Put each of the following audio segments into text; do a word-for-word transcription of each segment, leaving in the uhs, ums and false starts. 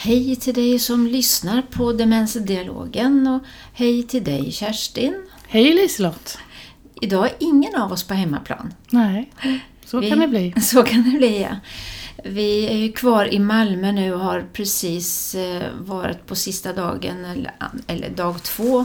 Hej till dig som lyssnar på Demensdialogen och hej till dig Kerstin. Hej Liselott. Idag är ingen av oss på hemmaplan. Nej, så Vi, kan det bli. Så kan det bli, ja. Vi är ju kvar i Malmö nu och har precis varit på sista dagen eller, eller dag två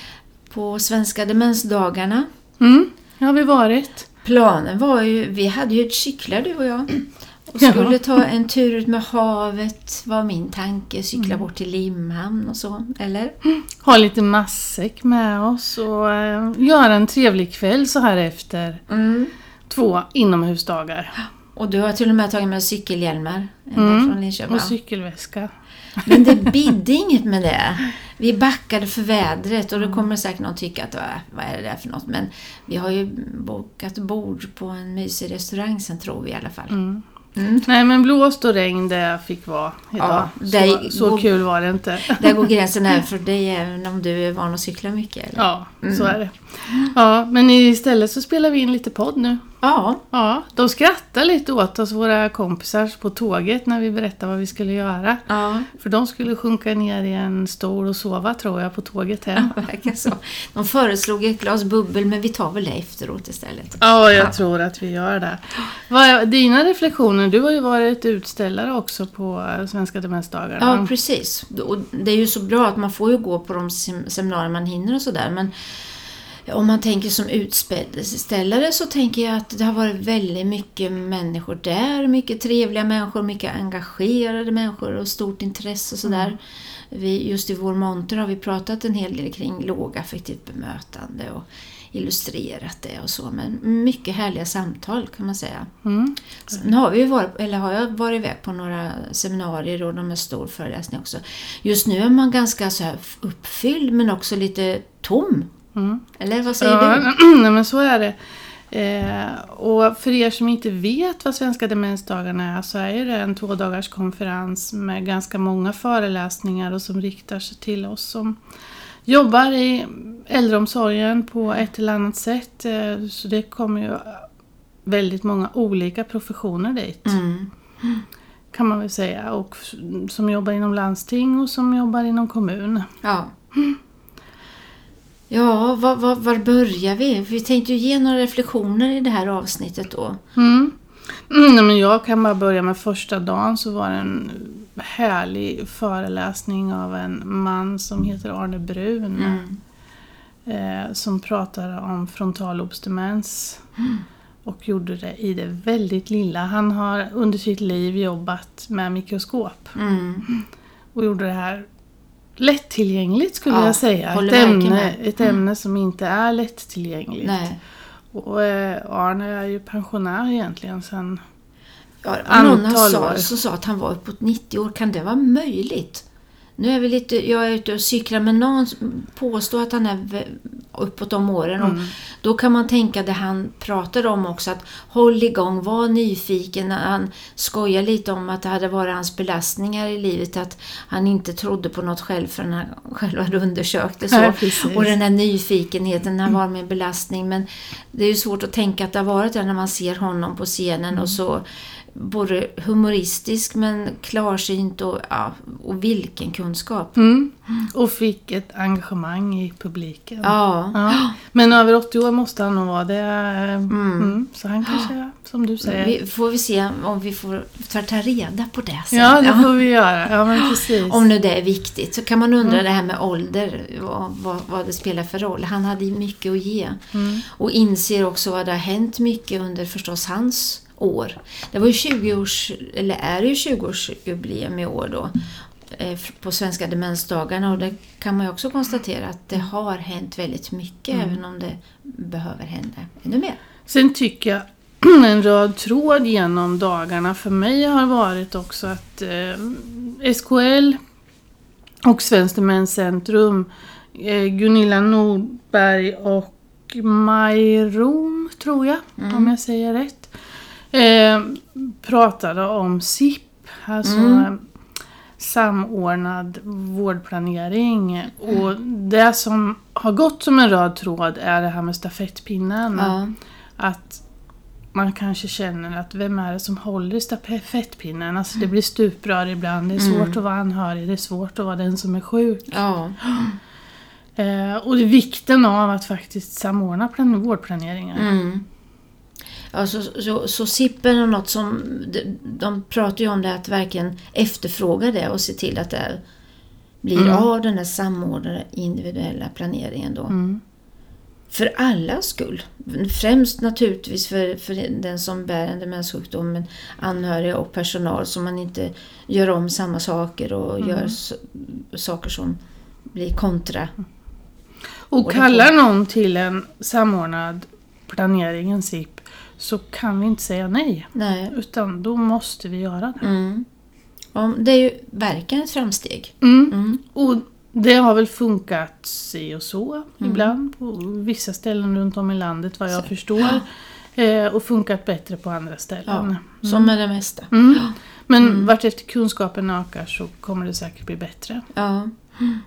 på Svenska Demensdagarna. Mm, det har vi varit. Planen var ju, vi hade ju ett cyklar du och jag. Och skulle ja. ta en tur ut med havet var min tanke. Cykla mm. bort till Limhamn och så, eller? Ha lite matsäck med oss och äh, göra en trevlig kväll så här efter mm. två inomhusdagar. Och du har till och med tagit med cykelhjälmar mm. från Linköping. Och cykelväska. Men det bidde inget med det. Vi backade för vädret och då kommer säkert någon tycka att vad är det där för något. Men vi har ju bokat bord på en mysig restaurang sen tror vi i alla fall. Mm. Mm. Nej men blåst och regn det fick vara idag. Ja, så så går, kul var det inte. Där går gränsen här för dig även om du är van att cykla mycket. Eller? Ja, mm. så är det. Ja, men istället så spelar vi in lite podd nu. Ja. Ja, de skrattar lite åt oss, våra kompisar på tåget när vi berättade vad vi skulle göra. Ja. För de skulle sjunka ner i en stol och sova tror jag på tåget hem. Ja, verkar så. De föreslog ett glas bubbel men vi tar väl det efteråt istället. Ja, jag ja. tror att vi gör det. Vad, dina reflektioner, du har ju varit utställare också på Svenska Demensdagarna. Ja, precis. Och det är ju så bra att man får ju gå på de seminarier man hinner och sådär, men om man tänker som utställare så tänker jag att det har varit väldigt mycket människor där. Mycket trevliga människor, mycket engagerade människor och stort intresse och sådär. Mm. Vi, just i vår monter har vi pratat en hel del kring lågaffektivt bemötande och illustrerat det och så. Men mycket härliga samtal kan man säga. Mm. Sen har, vi varit, eller har jag varit iväg på några seminarier och de är stor föreläsning också. Just nu är man ganska så här uppfylld men också lite tom. Mm. Eller vad säger ja, du? Nej men så är det. Eh, och för er som inte vet vad Svenska Demensdagarna är så är det en två dagars konferens med ganska många föreläsningar och som riktar sig till oss som jobbar i äldreomsorgen på ett eller annat sätt. Eh, så det kommer ju väldigt många olika professioner dit. Mm. Kan man väl säga. Och som jobbar inom landsting och som jobbar inom kommun. Ja. Mm. Ja, var, var, var börjar vi? Vi tänkte ju ge några reflektioner i det här avsnittet då. Mm. Mm, men jag kan bara börja med första dagen så var det en härlig föreläsning av en man som heter Arne Brun. Mm. Eh, som pratade om frontallobsdemens. Mm. Och gjorde det i det väldigt lilla. Han har under sitt liv jobbat med mikroskop. Mm. Och gjorde det här lättillgängligt skulle ja, jag säga. Ett ämne, ett ämne mm. som inte är lättillgängligt. Nej. Och eh, Arne är ju pensionär egentligen sedan ja, antal sa, år. Så sa att han var uppåt nittio år. Kan det vara möjligt? Nu är vi lite, jag är ute och cyklar men någon påstår att han är uppåt de åren. Mm. Och då kan man tänka det han pratar om också att håll igång, var nyfiken. Han skojar lite om att det hade varit hans belastningar i livet. Att han inte trodde på något själv förrän han själv hade undersökt det så. Ja, och den här nyfikenheten när han var med belastning. Men det är ju svårt att tänka att det har varit det när man ser honom på scenen mm. och så både humoristisk men klarsynt och, ja, och vilken kunskap. Mm. Och fick ett engagemang i publiken. Ja. ja. Men över åttio år måste han nog vara det. Mm. Mm. Så han kanske, som du säger. Vi, får vi se om vi får ta, ta reda på det sen. Ja, det får vi göra. Ja, men precis. Om nu det är viktigt så kan man undra mm. det här med ålder. Vad, vad, vad det spelar för roll. Han hade mycket att ge. Mm. Och inser också vad det har hänt mycket under förstås hans år. Det var ju tjugo års eller är det ju tjugo-årsjubileum i år då eh, på Svenska Demensdagarna och det kan man ju också konstatera att det har hänt väldigt mycket mm. även om det behöver hända ännu mer. Sen tycker jag en röd tråd genom dagarna för mig har varit också att eh, S K L och Svenskt Demenscentrum eh, Gunilla Nordberg och Maj Rom tror jag mm. om jag säger rätt. Eh, pratade om S I P, alltså mm. samordnad vårdplanering och det som har gått som en röd tråd är det här med stafettpinnen. Ja. Att man kanske känner att vem är det som håller i stafettpinnen? Alltså det blir stuprör ibland, det är svårt mm. att vara anhörig, det är svårt att vara den som är sjuk. Ja. Eh, och det är vikten av att faktiskt samordna plan- vårdplaneringen. Mm. Alltså, så, så, så S I P är något som, de, de pratar ju om det, att verkligen efterfråga det och se till att det blir mm. av den här samordnade individuella planeringen då. Mm. För alla skull. Främst naturligtvis för, för den som bär en demenssjukdom, men anhöriga och personal, så man inte gör om samma saker och mm. gör so- saker som blir kontra. Och, och kallar någon till en samordnad planering, en S I P, så kan vi inte säga nej. Nej. Utan då måste vi göra det. Mm. Ja, det är ju verkligen ett framsteg. Mm. Mm. Och det har väl funkat si och så mm. ibland på vissa ställen runt om i landet, vad jag så. förstår. Ja. Eh, och funkat bättre på andra ställen. Ja, mm. som med det mesta. Mm. Ja. Men mm. vart efter kunskapen ökar så kommer det säkert bli bättre. Ja. Mm.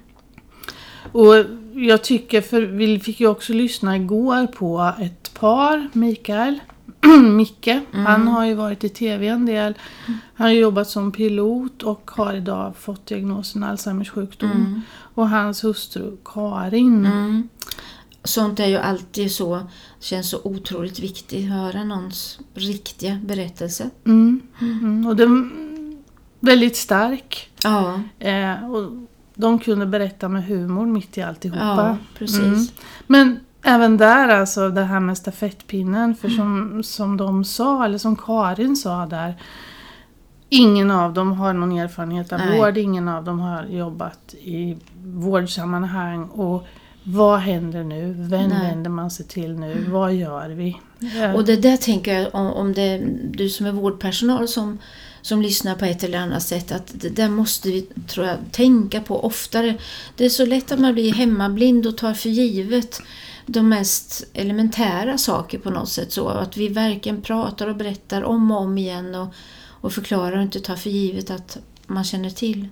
Och jag tycker, för vi fick ju också lyssna igår på ett par, Mikael, Micke, mm. han har ju varit i tv en del. Mm. Han har jobbat som pilot och har idag fått diagnosen Alzheimers sjukdom. Mm. Och hans hustru Karin. Mm. Sånt är ju alltid så, det känns så otroligt viktigt att höra någons riktiga berättelse. Mm. Mm. Och den är väldigt stark. Ja. Eh, och de kunde berätta med humor mitt i alltihopa. Ja, precis. Mm. Men även där, alltså det här med stafettpinnen, för som, som de sa, eller som Karin sa där, ingen av dem har någon erfarenhet av Nej. vård, ingen av dem har jobbat i vårdsammanhang, och vad händer nu? Vem Nej. vänder man sig till nu? Mm. Vad gör vi? Ja. Och det där tänker jag, om, om det är du som är vårdpersonal som som lyssnar på ett eller annat sätt, att det där måste vi, tror jag, tänka på oftare. Det är så lätt att man blir hemmablind och tar för givet de mest elementära saker på något sätt, så att vi verkligen pratar och berättar om och om igen och, och förklarar och inte tar för givet att man känner till.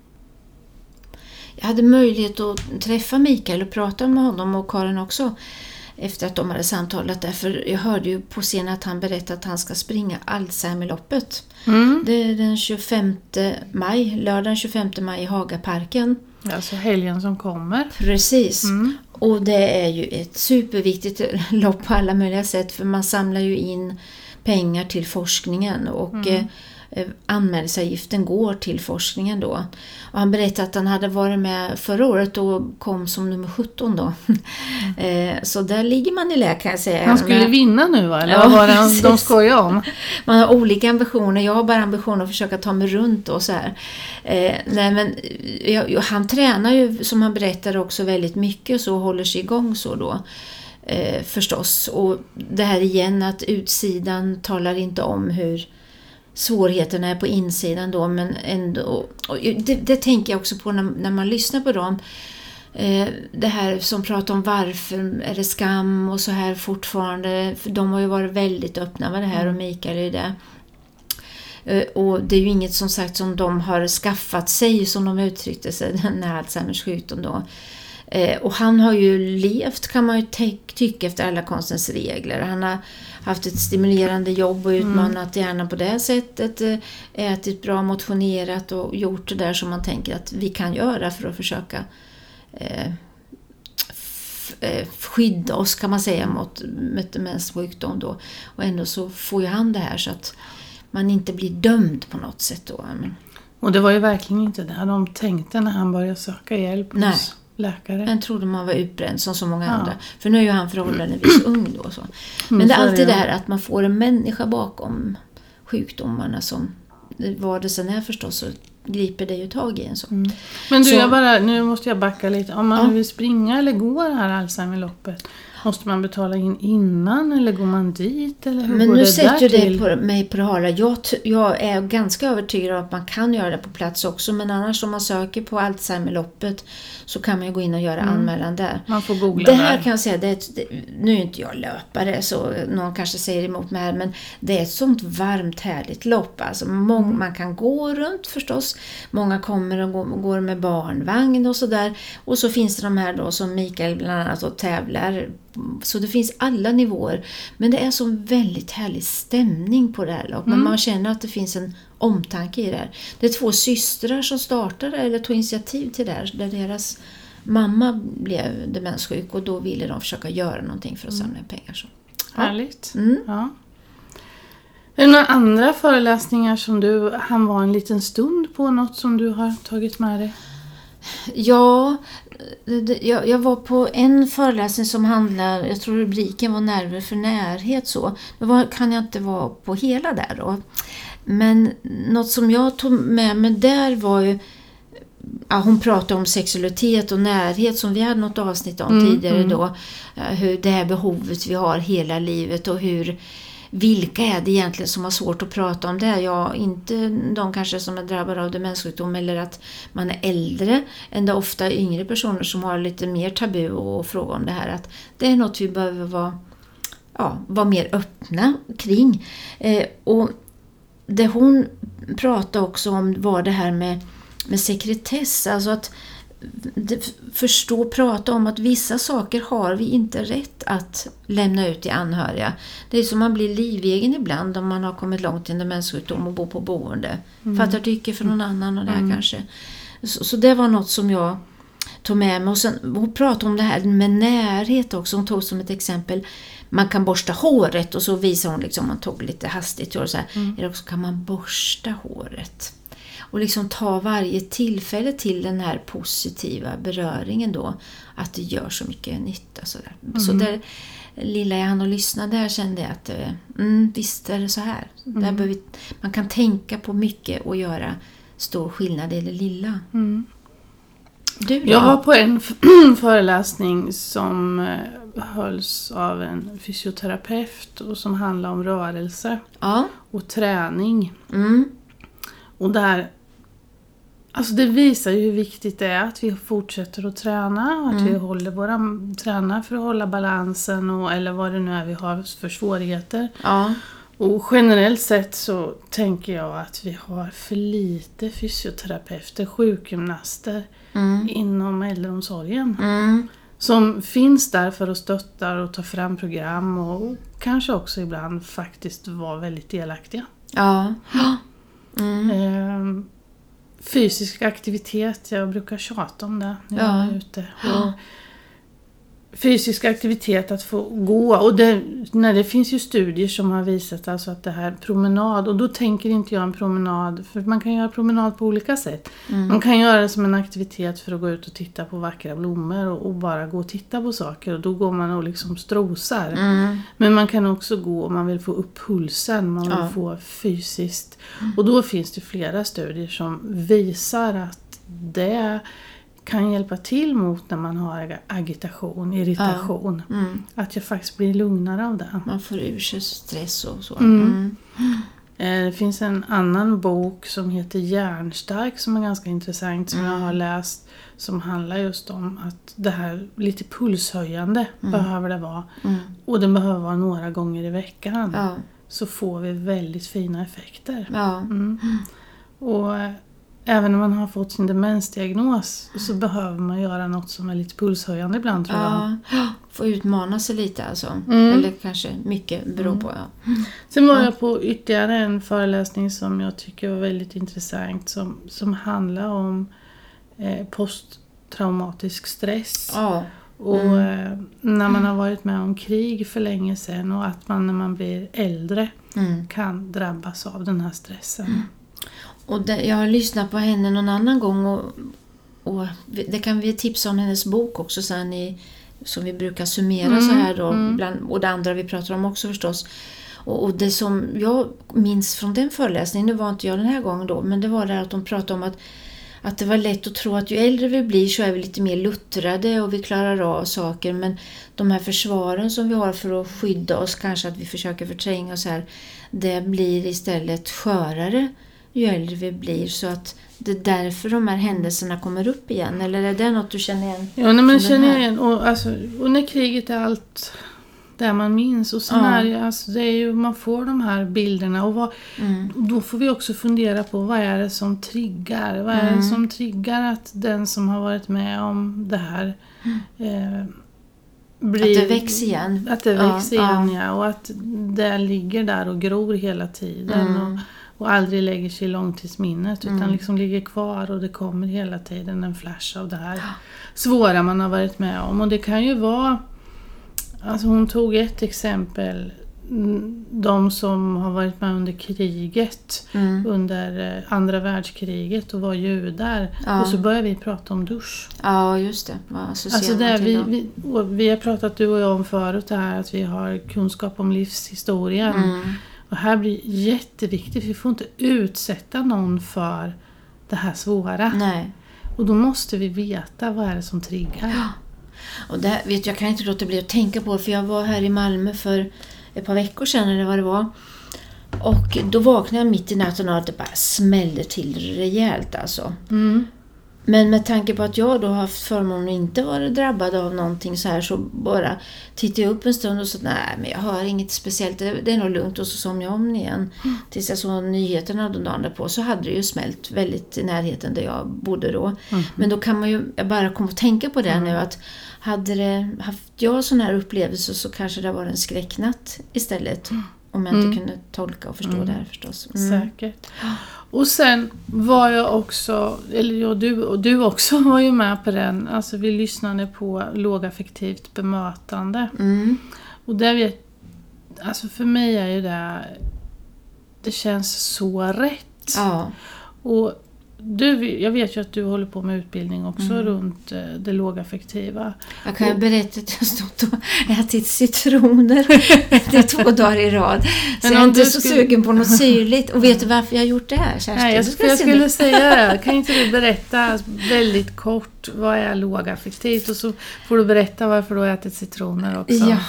Jag hade möjlighet att träffa Mikael och prata med honom och Karin också efter att de hade samtalat där, för jag hörde ju på scenen att han berättade att han ska springa Alzheimerloppet. Mm. Det är den tjugofemte maj, lördag den tjugofemte maj i Hagaparken. Alltså helgen som kommer. Precis. Mm. Och det är ju ett superviktigt lopp på alla möjliga sätt, för man samlar ju in pengar till forskningen och mm. eh, anmälningsavgiften går till forskningen då. Och han berättade att han hade varit med förra året och kom som nummer sjutton då. Mm. eh, så där ligger man i lä, kan jag säga. Han skulle Men, vinna nu, va? Eller ja, vad var det han, de skojar om? Man har olika ambitioner. Jag har bara ambitioner att försöka ta mig runt och så här. Eh, nej, men jag, han tränar ju, som han berättade, också väldigt mycket, så håller sig igång så då. Eh, förstås. Och det här igen, att utsidan talar inte om hur svårigheterna är på insidan då, men ändå, och det, det tänker jag också på när, när man lyssnar på dem, eh, det här som pratar om varför är det skam och så här fortfarande, för de har ju varit väldigt öppna med det här, och Mikael är det. Eh, och det är ju inget som sagt som de har skaffat sig, som de uttryckte sig, den här Alzheimers sjukdom då. Eh, och han har ju levt, kan man ju ty- tycka, efter alla konstens regler. Han har haft ett stimulerande jobb och utmanat mm. hjärnan på det sättet. Eh, ätit bra, motionerat och gjort det där som man tänker att vi kan göra för att försöka eh, f- eh, skydda oss, kan man säga, mot, mot demenssjukdom då. Och ändå så får ju han det här så att man inte blir dömd på något sätt då. Men... Och det var ju verkligen inte det de tänkte när han började söka hjälp hos... Nej. läkare. Jag trodde man var utbränd som så många ja. andra. För nu är ju han förhållandevis ung då. Så. Men mm, det är alltid det här att man får en människa bakom sjukdomarna som, vad det sen är förstås, så griper det ju tag i en så. Mm. Men du, så, jag bara, nu måste jag backa lite. Om man ja. vill springa eller gå det här Alzheimerloppet, måste man betala in innan eller går man dit? Eller hur Men går nu det sätter det på mig på det hala. Jag, jag är ganska övertygad om att man kan göra det på plats också. Men annars om man söker på Alzheimerloppet så kan man ju gå in och göra mm. anmälan där. Man får googla det här där. kan jag säga, det är ett, det, nu är inte jag löpare så någon kanske säger emot mig här, men det är ett sånt varmt härligt lopp. Alltså mång, mm. man kan gå runt förstås. Många kommer och går, går med barnvagn och sådär. Och så finns det de här då som Mikael bland annat och tävlar Så det finns alla nivåer. Men det är så väldigt härlig stämning på det här. Men mm. man känner att det finns en omtanke i det här. Det är två systrar som startade eller tog initiativ till det här. Där deras mamma blev demenssjuk och då ville de försöka göra någonting för att samla mm. pengar. Så. Ja. Härligt. Mm. Ja. Är det några andra föreläsningar som du han var en liten stund på, något som du har tagit med dig? Ja, jag, jag var på en föreläsning som handlar, jag tror rubriken var nerver för närhet så. Det var, kan jag inte vara på hela där då. Men något som jag tog med mig där var ju, ja, hon pratade om sexualitet och närhet som vi hade något avsnitt om mm, tidigare mm. då. Hur det här behovet vi har hela livet och hur, vilka är det egentligen som har svårt att prata om det? Ja, inte de kanske som är drabbade av demenssjukdom eller att man är äldre än det ofta yngre personer som har lite mer tabu och fråga om det här. Att det är något vi behöver vara, ja, vara mer öppna kring. Eh, och det hon pratade också om var det här med, med sekretess. Alltså att förstå och prata om att vissa saker har vi inte rätt att lämna ut till anhöriga. Det är som man blir livegen ibland om man har kommit långt i en demenssjukdom och bor på boende. Mm. Fattar tycker för någon annan och det här mm. kanske. Så, så det var något som jag tog med mig. Och sen hon pratade om det här med närhet också. Hon tog som ett exempel. Man kan borsta håret och så visar hon liksom, man tog lite hastigt och så här. Mm. Eller också kan man borsta håret. Och liksom ta varje tillfälle till den här positiva beröringen då. Att det gör så mycket nytta. Så, där. Mm. Så där lilla jag hann och lyssnade där kände jag att mm, visst är det så här. Mm. Där behöver vi, man kan tänka på mycket och göra stor skillnad i det lilla. Mm. Du då? Jag var på en föreläsning som hölls av en fysioterapeut och som handlar om rörelse ja. och träning. Mm. Och där, alltså det visar ju hur viktigt det är att vi fortsätter att träna. Att mm. vi håller våra tränar för att hålla balansen och, eller vad det nu är vi har för svårigheter. Ja. Och generellt sett så tänker jag att vi har för lite fysioterapeuter, sjukgymnaster mm. inom äldreomsorgen. Mm. Som finns där för att stötta och ta fram program och kanske också ibland faktiskt vara väldigt delaktiga. Ja. Mm. Eh, fysisk aktivitet, jag brukar tjata om det när ja. jag är ute. Och fysisk aktivitet att få gå. Och det, när det finns ju studier som har visat alltså att det här promenad, och då tänker inte jag en promenad, för man kan göra promenad på olika sätt. Mm. Man kan göra det som en aktivitet för att gå ut och titta på vackra blommor och, och bara gå och titta på saker, och då går man och liksom strosar. Mm. Men man kan också gå om man vill få upp pulsen, man vill ja. få fysiskt. Mm. Och då finns det flera studier som visar att det kan hjälpa till mot när man har agitation, irritation. Ja. Mm. Att jag faktiskt blir lugnare av det. Man får ur sig stress och så. Mm. Mm. Det finns en annan bok som heter Hjärnstark som är ganska intressant, som mm. jag har läst, som handlar just om att det här lite pulshöjande mm. behöver det vara. Mm. Och det behöver vara några gånger i veckan. Ja. Så får vi väldigt fina effekter. Ja. Mm. Och även om man har fått sin demensdiagnos så behöver man göra något som är lite pulshöjande ibland, tror ja. jag. Få utmana sig lite alltså. Mm. Eller kanske mycket beror på. Ja. Sen var ja. jag på ytterligare en föreläsning som jag tycker var väldigt intressant. Som, som handlar om eh, posttraumatisk stress. Ja. Och mm. eh, när man har varit med om krig för länge sedan, och att man när man blir äldre mm. kan drabbas av den här stressen. Mm. Och det, jag har lyssnat på henne någon annan gång och, och det kan vi tipsa om hennes bok också sen i, som vi brukar summera mm, så här då, mm. bland, och det andra vi pratar om också förstås. Och, och det som jag minns från den föreläsningen, nu var inte jag den här gången då, men det var det att de pratade om att, att det var lätt att tro att ju äldre vi blir så är vi lite mer luttrade och vi klarar av saker, men de här försvaren som vi har för att skydda oss, kanske att vi försöker förtränga oss här, det blir istället skörare ju äldre vi blir, så att det är därför de här händelserna kommer upp igen. Eller är det något du känner igen? Ja, nej, men jag känner igen. Och, alltså, och när kriget är allt där man minns. Och sen ja. är det, alltså, det är ju, man får de här bilderna. Och vad, mm. då får vi också fundera på vad är det som triggar? Vad är mm. det som triggar att den som har varit med om det här mm. eh, blir, att det växer igen. Att det växer ja, igen, ja. ja. Och att det ligger där och gror hela tiden. Mm. Och, och aldrig lägger sig i långtidsminnet. Utan Mm. liksom ligger kvar och det kommer hela tiden en flash av det här ja. svåra man har varit med om. Och det kan ju vara... Alltså hon tog ett exempel. De som har varit med under kriget, mm. under andra världskriget och var judar. Ja. Och så börjar vi prata om dusch. Ja, just det. Vad alltså det vi, vi, vi har pratat du och jag om förut det här att vi har kunskap om livshistorien. Mm. Och här blir jätteviktigt, vi får inte utsätta någon för det här svåra. Nej. Och då måste vi veta vad är det som triggar. Ja. Och det, vet jag kan inte låta bli att tänka på, för jag var här i Malmö för ett par veckor sedan eller vad det var. Och då vaknade jag mitt i natten och det bara smällde till rejält alltså. Mm. Men med tanke på att jag då har haft förmånen att inte vara drabbad av någonting så här, så bara tittade jag upp en stund och så nej men jag hör inget speciellt, det, det är nog lugnt, och så som jag om igen. Mm. Tills jag såg nyheterna de dagen på så hade det ju smält väldigt i närheten där jag bodde då. Mm. Men då kan man ju, jag bara komma att tänka på det mm. nu att hade det haft jag sån här upplevelse så kanske det var en skräcknatt istället. Mm. Om jag inte mm. kunde tolka och förstå mm. det här förstås. Mm. Säkert. Och sen var jag också, eller ja, du, och du också var ju med på den. Alltså vi lyssnade på lågaffektivt bemötande. Mm. Och där vet, alltså för mig är ju det, det känns så rätt. Ja. Och du, jag vet ju att du håller på med utbildning också mm. runt det lågaffektiva. Jag kan ju berätta att jag stått och ätit citroner det är två dagar i rad. Så jag är inte så skulle... sugen på något syrligt. Och vet du varför jag har gjort det här, Kerstin? Nej, jag, skulle, jag skulle säga det. Kan inte du berätta väldigt kort vad är lågaffektivt? Och så får du berätta varför du har ätit citroner också. Ja.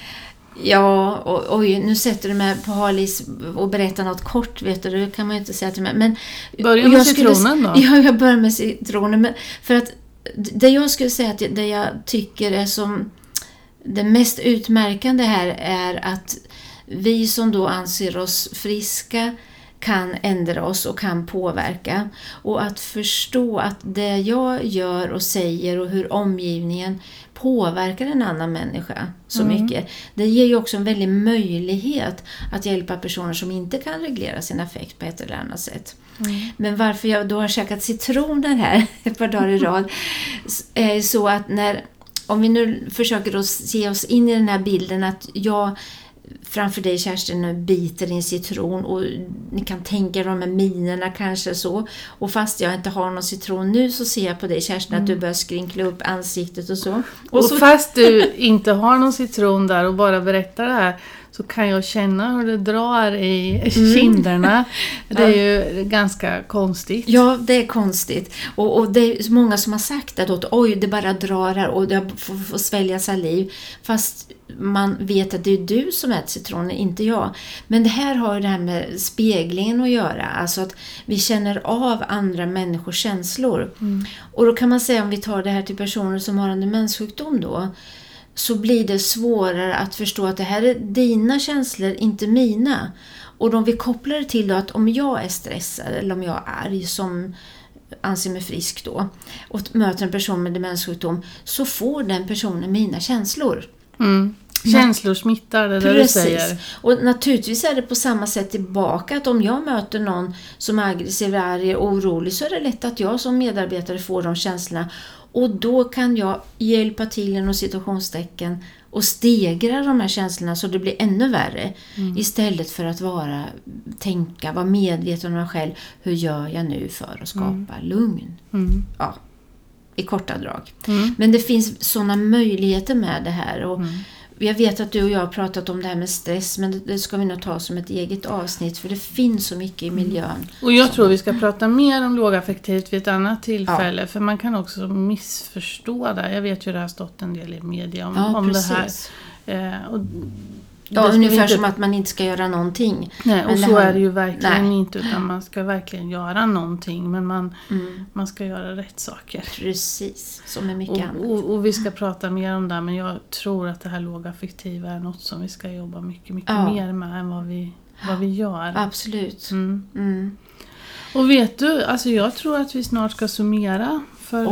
Ja, och, oj, nu sätter du mig på halis och berättar något kort, vet du, det kan man ju inte säga till mig. Men börja med citronen då? Ja, jag börjar med citronen. Men för att det jag skulle säga att det jag tycker är som det mest utmärkande här är att vi som då anser oss friska kan ändra oss och kan påverka. Och att förstå att det jag gör och säger och hur omgivningen påverkar en annan människa så mm. mycket. Det ger ju också en väldig möjlighet att hjälpa personer som inte kan reglera sin affekt på ett eller annat sätt. Mm. Men varför jag då har käkat citroner här ett par dagar i rad är så att när, om vi nu försöker att se oss in i den här bilden att jag framför dig, Kerstin, nu biter din citron och ni kan tänka de här minerna kanske så, och fast jag inte har någon citron nu så ser jag på dig, Kerstin, mm. att du börjar skrynkla upp ansiktet och så. Och, och så... fast du inte har någon citron där och bara berättar det här så kan jag känna hur det drar i kinderna. Mm. Det är ju ganska konstigt. Ja, det är konstigt. Och, och det är många som har sagt att oj, det bara drar här och jag får, får svälja saliv. Fast man vet att det är du som äter citroner, inte jag. Men det här har ju det här med speglingen att göra. Alltså att vi känner av andra människors känslor. Mm. Och då kan man säga, om vi tar det här till personer som har en demenssjukdom då, så blir det svårare att förstå att det här är dina känslor, inte mina. Och då vi kopplar det till då att om jag är stressad eller om jag är arg som anser mig frisk då och möter en person med demenssjukdom, så får den personen mina känslor. Mm. Känslor smittar, det där du säger. Och naturligtvis är det på samma sätt tillbaka, att om jag möter någon som är aggressiv, arg och orolig, så är det lätt att jag som medarbetare får de känslorna. Och då kan jag hjälpa till inom situationstecken och stegra de här känslorna så det blir ännu värre. Mm. Istället för att vara, tänka, vara medveten om mig själv. Hur gör jag nu för att skapa mm. lugn? Mm. Ja, i korta drag. Mm. Men det finns sådana möjligheter med det här. Och mm. jag vet att du och jag har pratat om det här med stress, men det ska vi nog ta som ett eget avsnitt, för det finns så mycket i miljön. Och jag tror vi ska prata mer om lågaffektivt vid ett annat tillfälle, ja. För man kan också missförstå det. Jag vet ju att det har stått en del i media om, ja, om det här. Eh, och ja, ungefär inte... som att man inte ska göra någonting. Nej, och men så här... är det ju verkligen Nej. inte, utan man ska verkligen göra någonting, men man, mm. man ska göra rätt saker. Precis, som är mycket och, annat. Och, och vi ska prata mer om det, men jag tror att det här lågaffektiva är något som vi ska jobba mycket, mycket ja. mer med än vad vi, vad vi gör. Absolut. Mm. Mm. Och vet du, alltså jag tror att vi snart ska summera för,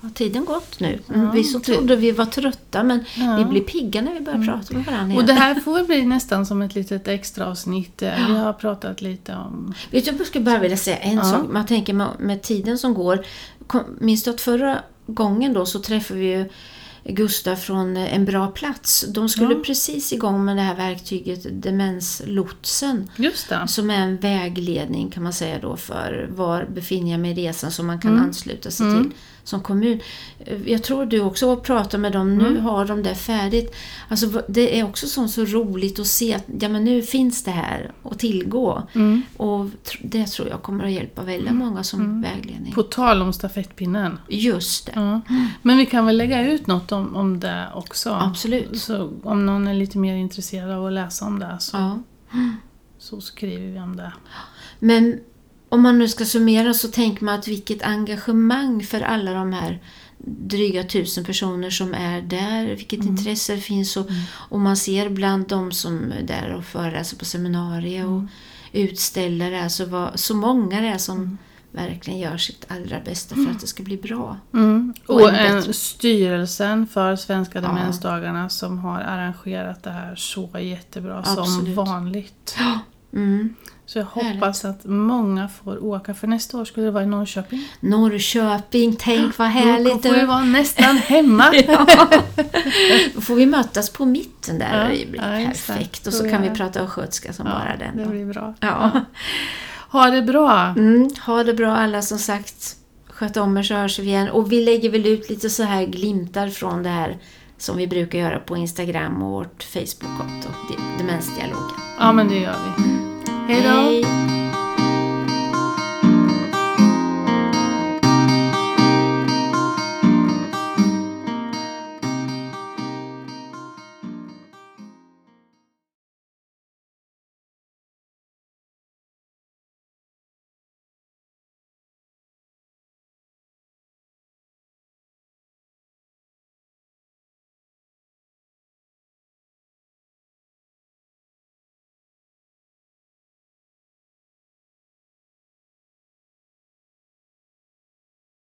har tiden gått nu. Ja, vi så trodde vi var trötta, men ja. vi blir pigga när vi börjar mm. prata med varandra. Och det här får bli nästan som ett litet extra avsnitt. Ja. Vi har pratat lite om... Vet du, jag skulle bara vilja säga en ja. sak. Man tänker med, med tiden som går. Minst att förra gången då så träffade vi ju Gustav från En bra plats. De skulle ja. precis igång med det här verktyget Demenslotsen. Just det. Som är en vägledning kan man säga då för var befinner jag mig i resan som man kan mm. ansluta sig mm. till som kommun. Jag tror du också har pratat med dem. Nu mm. har de det färdigt. Alltså det är också så, så roligt att se att ja, men nu finns det här att tillgå. Mm. Och det tror jag kommer att hjälpa väldigt många som mm. vägledning. På tal om stafettpinnen. Just det. Ja. Men vi kan väl lägga ut något om, om det också. Absolut. Så om någon är lite mer intresserad av att läsa om det så, ja. så skriver vi om det. Men om man nu ska summera så tänker man att vilket engagemang för alla de här dryga tusen personer som är där, vilket mm. intresse det finns och, mm. och man ser bland de som är där och föreläser på seminarier och mm. utställare, alltså vad, så många det är som mm. verkligen gör sitt allra bästa för att det ska bli bra. Mm. Och, och en bättre... styrelsen för Svenska demensdagarna ja. som har arrangerat det här så jättebra Absolut. som vanligt. Ja. Mm. Så jag hoppas härligt. Att många får åka. För nästa år skulle det vara i Norrköping. Norrköping, tänk vad härligt. Då får vi vara nästan hemma. Ja. Då får vi mötas på mitten där. Ja, det blir ja, perfekt. Och så kan vi prata östgötska som ja, bara den. Det blir bra. Ja. Ha det bra. Mm, ha det bra alla som sagt. Sköt om er så hörs vi igen. Och vi lägger väl ut lite så här glimtar från det här som vi brukar göra på Instagram och vårt Facebook-konto. Demensdialogen. Ja, men det gör vi. Mm. Hej då!